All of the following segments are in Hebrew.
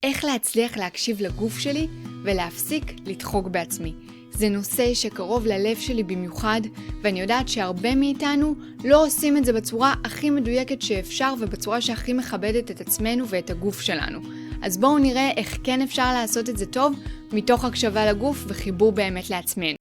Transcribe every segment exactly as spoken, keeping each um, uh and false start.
איך להצליח להקשיב לגוף שלי ולהפסיק לדחוק בעצמי. זה נושא שקרוב ללב שלי במיוחד, ואני יודעת שהרבה מאיתנו לא עושים את זה בצורה הכי מדויקת שאפשר, ובצורה שהכי מכבדת את עצמנו ואת הגוף שלנו. אז בואו נראה איך כן אפשר לעשות את זה טוב, מתוך הקשבה לגוף וחיבור באמת לעצמנו.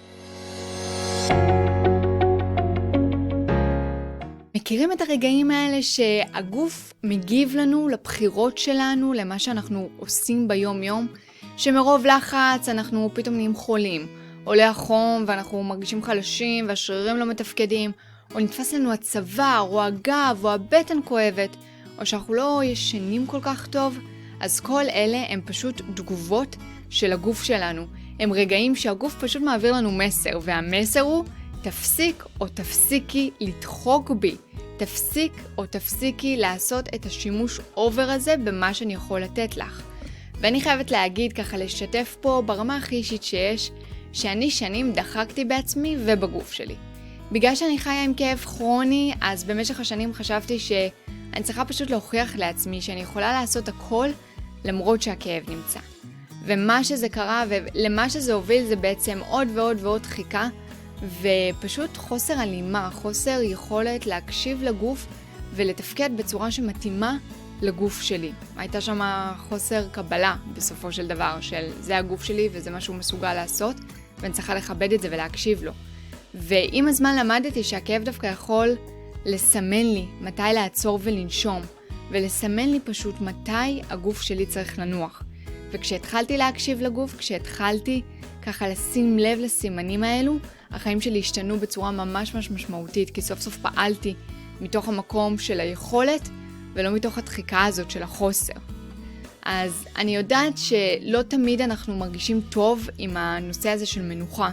מכירים את הרגעים האלה שהגוף מגיב לנו לבחירות שלנו, למה שאנחנו עושים ביום יום? שמרוב לחץ אנחנו פתאום נהיים חולים, עולה החום ואנחנו מרגישים חלשים והשרירים לא מתפקדים, או נתפס לנו הצוואר או הגב או הבטן כואבת, או שאנחנו לא ישנים כל כך טוב. אז כל אלה הם פשוט תגובות של הגוף שלנו. הם רגעים שהגוף פשוט מעביר לנו מסר, והמסר הוא תפסיק או תפסיקי לדחוק בי. תפסיק או תפסיקי לעשות את השימוש אובר הזה במה שאני יכול לתת לך. ואני חייבת להגיד, ככה לשתף פה ברמה הכי אישית שיש, שאני שנים דחקתי בעצמי ובגוף שלי. בגלל שאני חיה עם כאב כרוני, אז במשך השנים חשבתי שאני צריכה פשוט להוכיח לעצמי שאני יכולה לעשות הכל למרות שהכאב נמצא. ומה שזה קרה ולמה שזה הוביל זה בעצם עוד ועוד ועוד דחיקה, ופשוט חוסר הלימה, חוסר יכולת להקשיב לגוף ולתפקד בצורה שמתאימה לגוף שלי. הייתה שם חוסר קבלה בסופו של דבר, של זה הגוף שלי וזה מה שהוא מסוגל לעשות, ואני צריכה לכבד את זה ולהקשיב לו. ועם הזמן למדתי שהכאב דווקא יכול לסמן לי מתי לעצור ולנשום, ולסמן לי פשוט מתי הגוף שלי צריך לנוח. וכשהתחלתי להקשיב לגוף, כשהתחלתי ככה לשים לב לסימנים האלו, החיים שלי השתנו בצורה ממש ממש משמעותית, כי סוף סוף פעלתי מתוך המקום של היכולת, ולא מתוך הדחיקה הזאת של החוסר. אז אני יודעת שלא תמיד אנחנו מרגישים טוב עם הנושא הזה של מנוחה.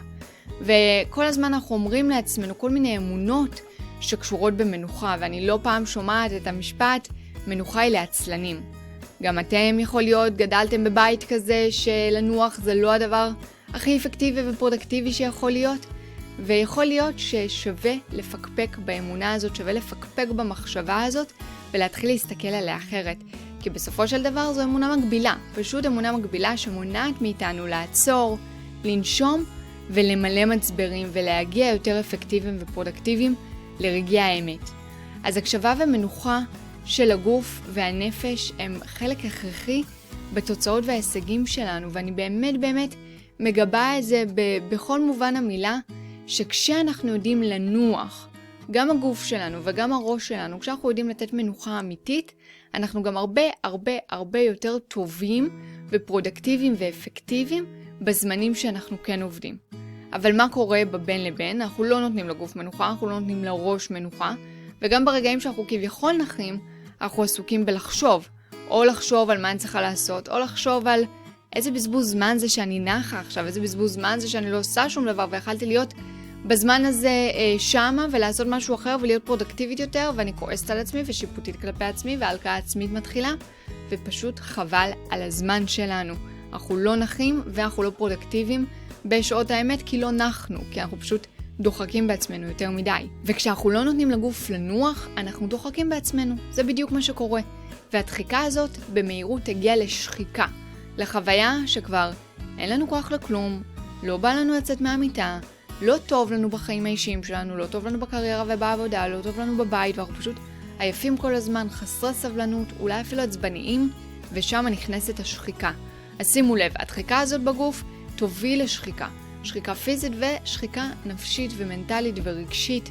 וכל הזמן אנחנו אומרים לעצמנו כל מיני אמונות שקשורות במנוחה, ואני לא פעם שומעת את המשפט, מנוחה היא לעצלנים. גם אתם יכול להיות, גדלתם בבית כזה שלנוח זה לא הדבר הכי אפקטיבי ופרודקטיבי שיכול להיות, ויכול להיות ששווה לפקפק באמונה הזאת, שווה לפקפק במחשבה הזאת, ולהתחיל להסתכל עליה אחרת. כי בסופו של דבר זו אמונה מגבילה, פשוט אמונה מגבילה שמונעת מאיתנו לעצור, לנשום ולמלא מצברים, ולהגיע יותר אפקטיביים ופרודקטיביים לרגעי האמת. אז הקשבה ומנוחה של הגוף והנפש הם חלק הכרחי בתוצאות וההישגים שלנו, ואני באמת באמת מגבה את זה ב- בכל מובן המילה, שכשאנחנו יודעים לנוח, גם הגוף שלנו וגם הראש שלנו, כשאנחנו יודעים לתת מנוחה אמיתית, אנחנו גם הרבה הרבה הרבה יותר טובים ופרודקטיביים ואפקטיביים בזמנים שאנחנו כן עובדים. אבל מה קורה בבין לבין? אנחנו לא נותנים לגוף מנוחה, אנחנו לא נותנים לראש מנוחה, וגם ברגעים שאנחנו כביכול נחים, אנחנו עסוקים בלחשוב, או לחשוב על מה אני צריכה לעשות, או לחשוב על איזה בזבוז זמן זה שאני נחה עכשיו, איזה בזבוז זמן זה שאני לא עושה שום דבר, ויכלתי להיות בזמן הזה אה, שמה ולעשות משהו אחר ולהיות פרודקטיבית יותר, ואני כועסת על עצמי ושיפוטית כלפי עצמי, וההלקאה עצמית מתחילה, ופשוט חבל על הזמן שלנו. אנחנו לא נחים ואנחנו לא פרודקטיביים בשעות האמת, כי לא נחנו, כי אנחנו פשוט דוחקים בעצמנו יותר מדי. וכשאנחנו לא נותנים לגוף לנוח, אנחנו דוחקים בעצמנו. זה בדיוק מה שקורה. והדחיקה הזאת במהירות תגיע לשחיקה. לחוויה שכבר אין לנו כוח לכלום, לא בא לנו לצאת מהמיטה, לא טוב לנו בחיים האישיים שלנו, לא טוב לנו בקריירה ובעבודה, לא טוב לנו בבית, ואנחנו פשוט עייפים כל הזמן, חסרי סבלנות, אולי אפילו עצבניים, ושם נכנסת השחיקה. אז שימו לב, הדחיקה הזאת בגוף תוביל לשחיקה. שחיקה פיזית ושחיקה נפשית ומנטלית ורגשית,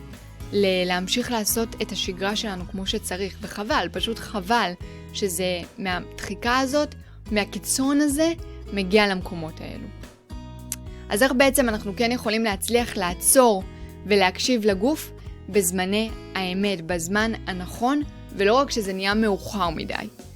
להמשיך לעשות את השגרה שלנו כמו שצריך. וחבל, פשוט חבל, שזה מהדחיקה הזאת, מהקיצון הזה, מגיע למקומות האלו. אז איך בעצם אנחנו כן יכולים להצליח לעצור ולהקשיב לגוף בזמני האמת, בזמן הנכון, ולא רק שזה נהיה מאוחר מדי.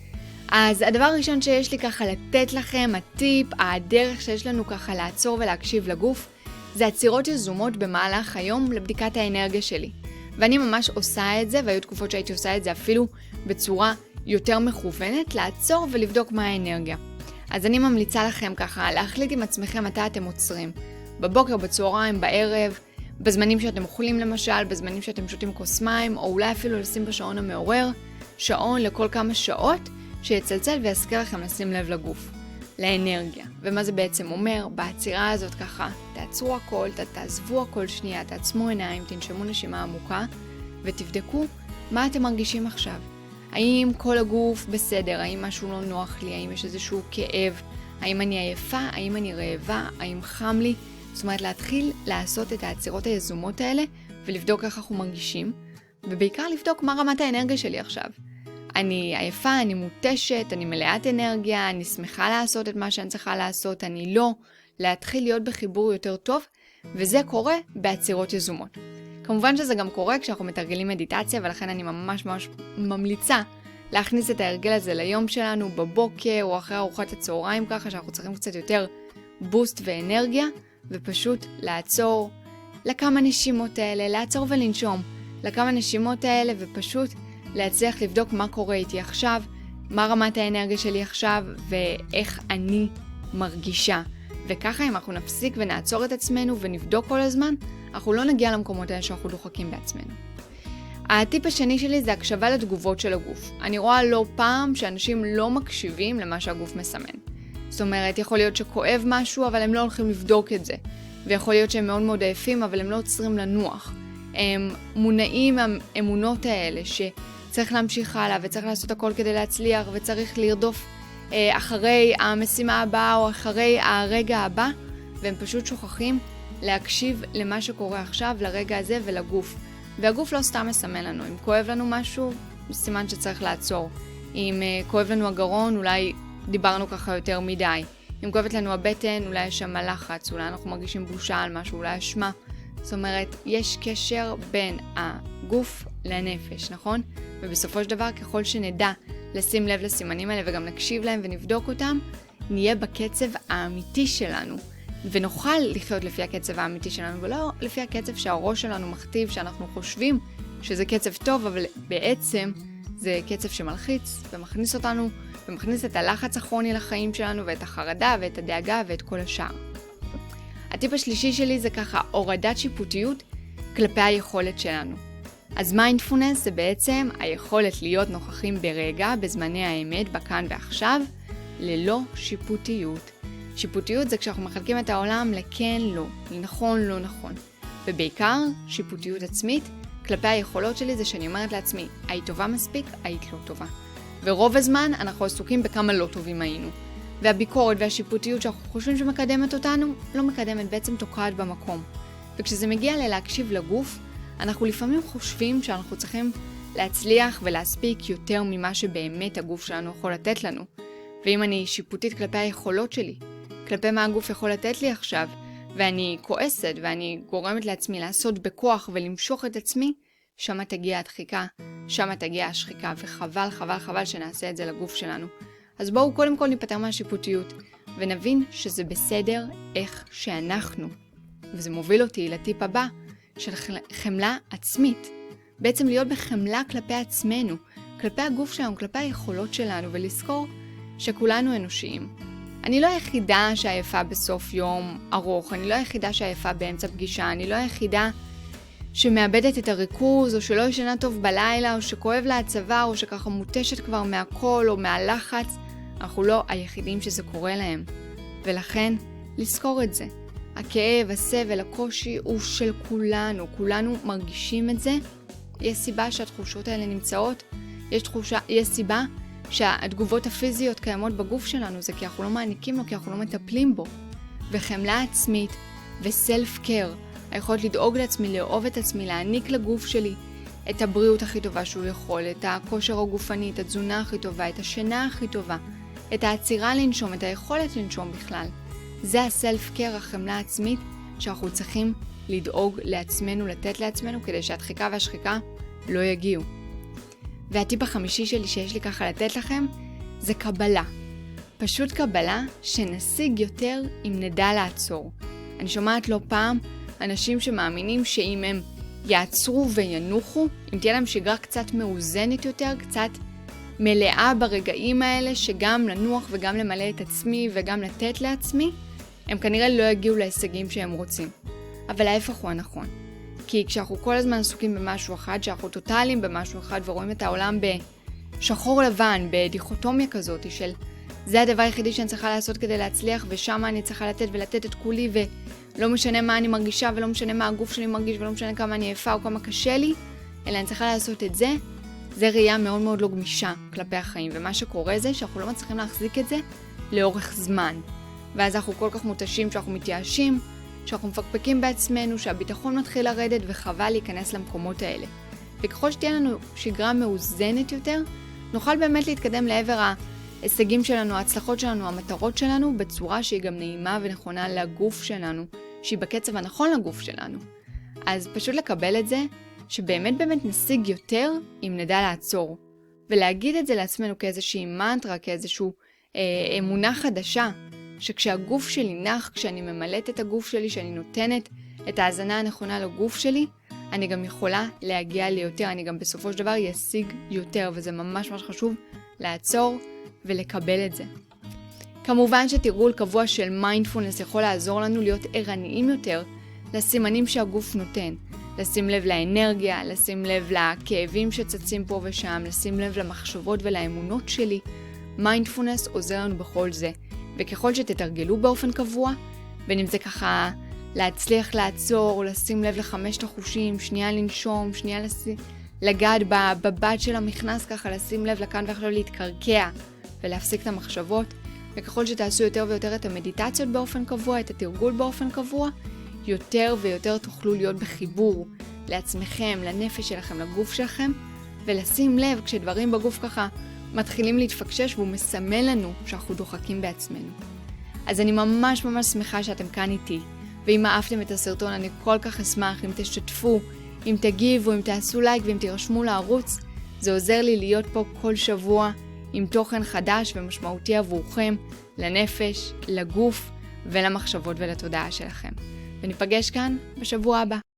אז הדבר הראשון שיש לי ככה לתת לכם, הטיפ, הדרך שיש לנו ככה לעצור ולהקשיב לגוף, זה עצירות יזומות במהלך היום לבדיקת האנרגיה שלי. ואני ממש עושה את זה, והיו תקופות שהייתי עושה את זה אפילו בצורה יותר מכוונת, לעצור ולבדוק מה האנרגיה. אז אני ממליצה לכם ככה להחליט עם עצמכם מתי אתם עוצרים. בבוקר, בצהריים, בערב, בזמנים שאתם אוכלים למשל, בזמנים שאתם שותים כוס מים, או אולי אפילו לשים בשעון המעורר, שעון לכל כמה שעות, שיצלצל ויזכיר לכם לשים לב לגוף, לאנרגיה. ומה זה בעצם אומר? בעצירה הזאת ככה, תעצרו הכל, תעזבו הכל שנייה, תעצמו עיניים, תנשמו נשימה עמוקה, ותבדקו מה אתם מרגישים עכשיו. האם כל הגוף בסדר? האם משהו לא נוח לי? האם יש איזשהו כאב? האם אני עייפה? האם אני רעבה? האם חם לי? זאת אומרת, להתחיל לעשות את העצירות היזומות האלה, ולבדוק איך אנחנו מרגישים, ובעיקר לבדוק מה רמת האנרגיה שלי עכשיו. אני עייפה, אני מותשת, אני מלאת אנרגיה, אני שמחה לעשות את מה שאני צריכה לעשות, אני לא. להתחיל להיות בחיבור יותר טוב, וזה קורה בעצירות יזומות. כמובן שזה גם קורה כשאנחנו מתרגלים מדיטציה, ולכן אני ממש ממש ממליצה להכניס את ההרגל הזה ליום שלנו בבוקר או אחרי ארוחת הצהריים, ככה שאנחנו צריכים קצת יותר בוסט ואנרגיה, ופשוט לעצור לכמה נשימות האלה, לעצור ולנשום לכמה נשימות האלה, ופשוט להצליח לבדוק מה קורה איתי עכשיו, מה רמת האנרגיה שלי עכשיו, ואיך אני מרגישה. וככה אם אנחנו נפסיק ונעצור את עצמנו ונבדוק כל הזמן, אנחנו לא נגיע למקומות האלה שאנחנו דוחקים בעצמנו. הטיפ השני שלי זה הקשבה לתגובות של הגוף. אני רואה לא פעם שאנשים לא מקשיבים למה שהגוף מסמן. זאת אומרת, יכול להיות שכואב משהו, אבל הם לא הולכים לבדוק את זה. ויכול להיות שהם מאוד מאוד עייפים, אבל הם לא עוצרים לנוח. הם מונעים מהאמונות האלה שצריך להמשיך הלאה, וצריך לעשות הכל כדי להצליח, וצריך לרדוף אה, אחרי המשימה הבאה, או אחרי הרגע הבא, והם פשוט שוכחים להקשיב למה שקורה עכשיו, לרגע הזה ולגוף. והגוף לא סתם מסמן לנו. אם כואב לנו משהו, סימן שצריך לעצור. אם uh, כואב לנו הגרון, אולי דיברנו ככה יותר מדי. אם כואבת לנו הבטן, אולי יש שם לחץ, אולי אנחנו מרגישים בושה על משהו, אולי אשמה. זאת אומרת, יש קשר בין הגוף לנפש, נכון? ובסופו של דבר, ככל שנדע לשים לב לסימנים האלה וגם נקשיב להם ונבדוק אותם, נהיה בקצב האמיתי שלנו. ונוכל לחיות לפי הקצב האמיתי שלנו, ולא לפי הקצב שהראש שלנו מכתיב, שאנחנו חושבים שזה קצב טוב, אבל בעצם זה קצב שמלחיץ ומכניס אותנו, ומכניס את הלחץ הכרוני לחיים שלנו, ואת החרדה ואת הדאגה ואת כל השאר. הטיפ השלישי שלי זה ככה, הורדת שיפוטיות כלפי היכולת שלנו. אז מיינדפולנס זה בעצם היכולת להיות נוכחים ברגע, בזמני האמת, בכאן ועכשיו, ללא שיפוטיות. שיפוטיות זה כשאנחנו מחלקים את העולם לכן, לא, לנכון, לא נכון. ובעיקר, שיפוטיות עצמית, כלפי היכולות שלי זה שאני אומרת לעצמי, היית טובה מספיק, היית לא טובה. ורוב הזמן אנחנו עסוקים בכמה לא טובים היינו. והביקורת והשיפוטיות שאנחנו חושבים שמקדמת אותנו, לא מקדמת, בעצם תוקעת במקום. וכשזה מגיע ללהקשיב לגוף, אנחנו לפעמים חושבים שאנחנו צריכים להצליח ולהספיק יותר ממה שבאמת הגוף שלנו יכול לתת לנו. ואם אני שיפוטית כלפי היכולות שלי, כלפי מה הגוף יכול לתת לי עכשיו, ואני כועסת ואני גורמת לעצמי לעשות בכוח ולמשוך את עצמי, שמה תגיע הדחיקה, שמה תגיע השחיקה, וחבל, חבל, חבל שנעשה את זה לגוף שלנו. אז בואו קודם כל ניפטר מהשיפוטיות, ונבין שזה בסדר איך שאנחנו. וזה מוביל אותי לטיפ הבא של חמלה עצמית. בעצם להיות בחמלה כלפי עצמנו, כלפי הגוף שלנו, כלפי היכולות שלנו, ולזכור שכולנו אנושיים. אני לא היחידה שעייפה בסוף יום ארוך, אני לא היחידה שעייפה באמצע פגישה, אני לא היחידה שמאבדת את הריכוז, או שלא ישנה טוב בלילה, או שכואב לה הצוואר, או שככה מותשת כבר מהכל או מהלחץ. אנחנו לא היחידים שזה קורה להם. ולכן, לזכור את זה. הכאב, הסבל, הקושי הוא של כולנו. כולנו מרגישים את זה. יש סיבה שהתחושות האלה נמצאות. יש, תחושה, יש סיבה שהתגובות הפיזיות קיימות בגוף שלנו. זה כי אנחנו לא מעניקים לו, כי אנחנו לא מטפלים בו. וחמלה עצמית וסלף קר, היכולת לדאוג לעצמי, לאהוב את עצמי, להעניק לגוף שלי את הבריאות הכי טובה שהוא יכול, את הכושר הגופני, את התזונה הכי טובה, את השינה הכי טובה, את העצירה לנשום, את היכולת לנשום בכלל. זה הסלף קר, החמלה העצמית, שאנחנו צריכים לדאוג לעצמנו, לתת לעצמנו, כדי שהדחיקה והשחיקה לא יגיעו. והטיפ החמישי שלי שיש לי ככה לתת לכם, זה קבלה. פשוט קבלה שנשיג יותר אם נדע לעצור. אני שומעת לא פעם אנשים שמאמינים שאם הם יעצרו וינוחו, אם תהיה להם שגרה קצת מאוזנת יותר, קצת מלאה ברגעים האלה, שגם לנוח וגם למלא את עצמי וגם לתת לעצמי, הם כנראה לא יגיעו להישגים שהם רוצים. אבל ההפך הוא הנכון. כי כשאנחנו כל הזמן עסוקים במשהו אחד, שאנחנו טוטליים במשהו אחד ורואים את העולם בשחור לבן, בדיכוטומיה כזאת של זה הדבר היחידי שאני צריכה לעשות כדי להצליח, ושם אני צריכה לתת ולתת את כולי, ולא משנה מה אני מרגישה, ולא משנה מה הגוף שלי מרגיש, ולא משנה כמה אני עייפה או כמה קשה לי, אלא אני צריכה לעשות את זה. זה ראייה מאוד מאוד לא גמישה כלפי החיים, ומה שקורה זה שאנחנו לא מצליחים להחזיק את זה לאורך זמן. ואז אנחנו כל כך מותשים שאנחנו מתייאשים, שאנחנו מפקפקים בעצמנו, שהביטחון מתחיל לרדת וחבל להיכנס למקומות האלה. וככל שתהיה לנו שגרה מאוזנת יותר, נוכל באמת להתקדם לעבר ההישגים שלנו, ההצלחות שלנו, המטרות שלנו, בצורה שהיא גם נעימה ונכונה לגוף שלנו, שהיא בקצב הנכון לגוף שלנו. אז פשוט לקבל את זה, שבאמת באמת נשיג יותר אם נדע לעצור. ולהגיד את זה לעצמנו כאיזושהי מנטרה, כאיזושהי אה, אמונה חדשה, שכשהגוף שלי נח, כשאני ממלאת את הגוף שלי, שאני נותנת את ההזנה הנכונה לגוף שלי, אני גם יכולה להגיע ליותר, אני גם בסופו של דבר ישיג יותר, וזה ממש ממש חשוב לעצור ולקבל את זה. כמובן שתרגול קבוע של מיינדפולנס יכול לעזור לנו להיות ערניים יותר לסימנים שהגוף נותן. לשים לב לאנרגיה, לשים לב לכאבים שצצים פה ושם, לשים לב למחשבות ולאמונות שלי. מיינדפולנס עוזר לנו בכל זה. וככל שתתרגלו באופן קבוע, בין אם זה ככה להצליח לעצור, לשים לב לחמשת החושים, שנייה לנשום, שנייה לשים, לגעת בבד של המכנס ככה, לשים לב לכאן ועכשיו להתקרקע ולהפסיק את המחשבות. וככל שתעשו יותר ויותר את המדיטציות באופן קבוע, את התרגול באופן קבוע, יותר ויותר תוכלו להיות בחיבור לעצמכם, לנפש שלכם, לגוף שלכם, ולשים לב כשדברים בגוף ככה מתחילים להתפקשש והוא מסמל לנו שאנחנו דוחקים בעצמנו. אז אני ממש ממש שמחה שאתם כאן איתי, ואם אהבתם את הסרטון אני כל כך אשמח אם תשתפו, אם תגיבו, אם תעשו לייק ואם תירשמו לערוץ. זה עוזר לי להיות פה כל שבוע עם תוכן חדש ומשמעותי עבורכם, לנפש, לגוף ולמחשבות ולתודעה שלכם. וניפגש כאן בשבוע הבא.